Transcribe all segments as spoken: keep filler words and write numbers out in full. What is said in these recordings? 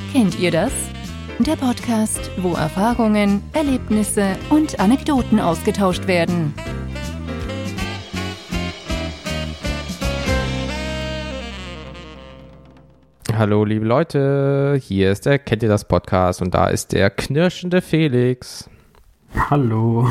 Kennt ihr das? Der Podcast, wo Erfahrungen, Erlebnisse und Anekdoten ausgetauscht werden. Hallo liebe Leute, hier ist der Kennt ihr das Podcast und da ist der knirschende Felix. Hallo.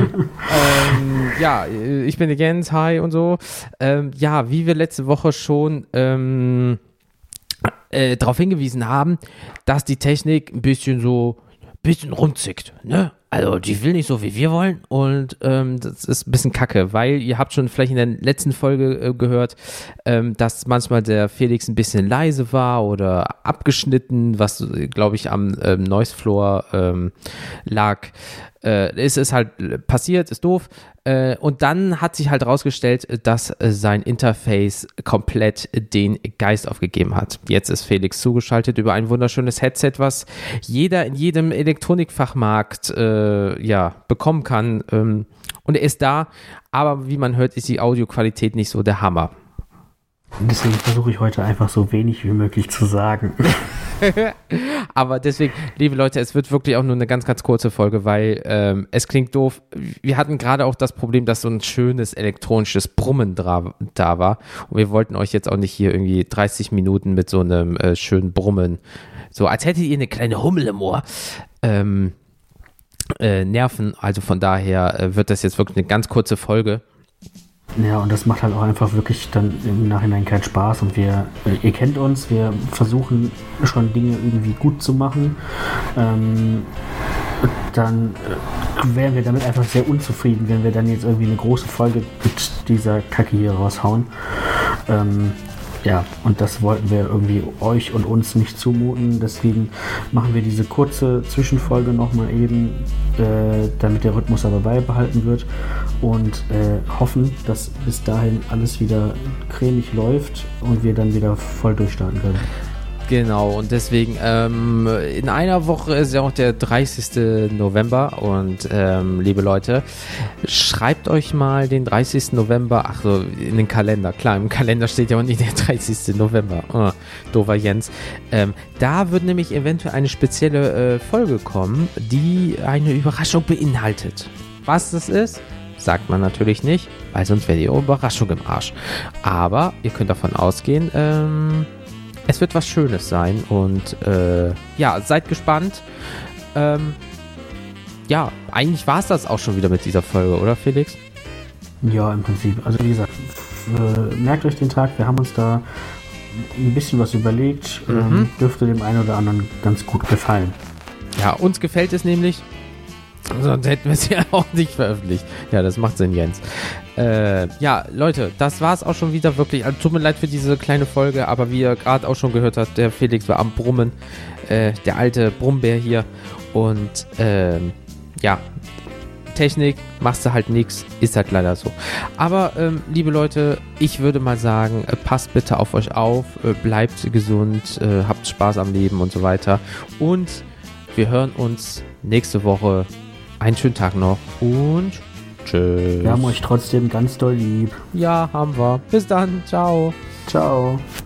ähm, ja, ich bin der Jens, hi und so. Ähm, ja, wie wir letzte Woche schon ähm, äh, darauf hingewiesen haben, dass die Technik ein bisschen so, ein bisschen rumzickt, ne? Also die will nicht so, wie wir wollen und ähm, das ist ein bisschen kacke, weil ihr habt schon vielleicht in der letzten Folge äh, gehört, ähm, dass manchmal der Felix ein bisschen leise war oder abgeschnitten, was glaube ich am ähm, Noise Floor ähm, lag. Äh, es ist halt passiert, ist doof. Äh, und dann hat sich halt rausgestellt, dass äh, sein Interface komplett den Geist aufgegeben hat. Jetzt ist Felix zugeschaltet über ein wunderschönes Headset, was jeder in jedem Elektronikfachmarkt äh, ja, bekommen kann. Ähm, und er ist da, aber wie man hört, ist die Audioqualität nicht so der Hammer. Deswegen versuche ich heute einfach so wenig wie möglich zu sagen. Aber deswegen, liebe Leute, es wird wirklich auch nur eine ganz, ganz kurze Folge, weil ähm, es klingt doof. Wir hatten gerade auch das Problem, dass so ein schönes elektronisches Brummen dra- da war. Und wir wollten euch jetzt auch nicht hier irgendwie dreißig Minuten mit so einem äh, schönen Brummen, so als hättet ihr eine kleine Hummel im Ohr, ähm, äh, nerven. Also von daher äh, wird das jetzt wirklich eine ganz kurze Folge. Ja, und das macht halt auch einfach wirklich dann im Nachhinein keinen Spaß und wir, ihr kennt uns, wir versuchen schon Dinge irgendwie gut zu machen, ähm, dann äh, wären wir damit einfach sehr unzufrieden, wenn wir dann jetzt irgendwie eine große Folge mit dieser Kacke hier raushauen. Ähm, ja, und das wollten wir irgendwie euch und uns nicht zumuten, deswegen machen wir diese kurze Zwischenfolge nochmal eben, äh, damit der Rhythmus aber beibehalten wird und äh, hoffen, dass bis dahin alles wieder cremig läuft und wir dann wieder voll durchstarten können. Genau, und deswegen, ähm, in einer Woche ist ja auch der dreißigste November und ähm, liebe Leute, schreibt euch mal den dreißigsten November, ach so, in den Kalender, klar, im Kalender steht ja auch nicht der dreißigste November, oh, doofer Jens, ähm, da wird nämlich eventuell eine spezielle äh, Folge kommen, die eine Überraschung beinhaltet. Was das ist, sagt man natürlich nicht, weil sonst wäre die Überraschung im Arsch, aber ihr könnt davon ausgehen, ähm, es wird was Schönes sein und äh, ja, seid gespannt. Ähm, ja, eigentlich war es das auch schon wieder mit dieser Folge, oder Felix? Ja, im Prinzip. Also wie gesagt, f- äh, merkt euch den Tag, wir haben uns da ein bisschen was überlegt, Mhm. ähm, dürfte dem einen oder anderen ganz gut gefallen. Ja, uns gefällt es nämlich, sonst hätten wir es ja auch nicht veröffentlicht. Ja, das macht Sinn, Jens. Äh, ja, Leute, das war es auch schon wieder wirklich. Also, tut mir leid für diese kleine Folge, aber wie ihr gerade auch schon gehört habt, der Felix war am Brummen, äh, der alte Brummbär hier. Und ähm, ja, Technik, machst du halt nichts, ist halt leider so. Aber ähm, liebe Leute, ich würde mal sagen, äh, passt bitte auf euch auf, äh, bleibt gesund, äh, habt Spaß am Leben und so weiter. Und wir hören uns nächste Woche. Einen schönen Tag noch und tschüss. Wir haben euch trotzdem ganz doll lieb. Ja, haben wir. Bis dann. Ciao. Ciao.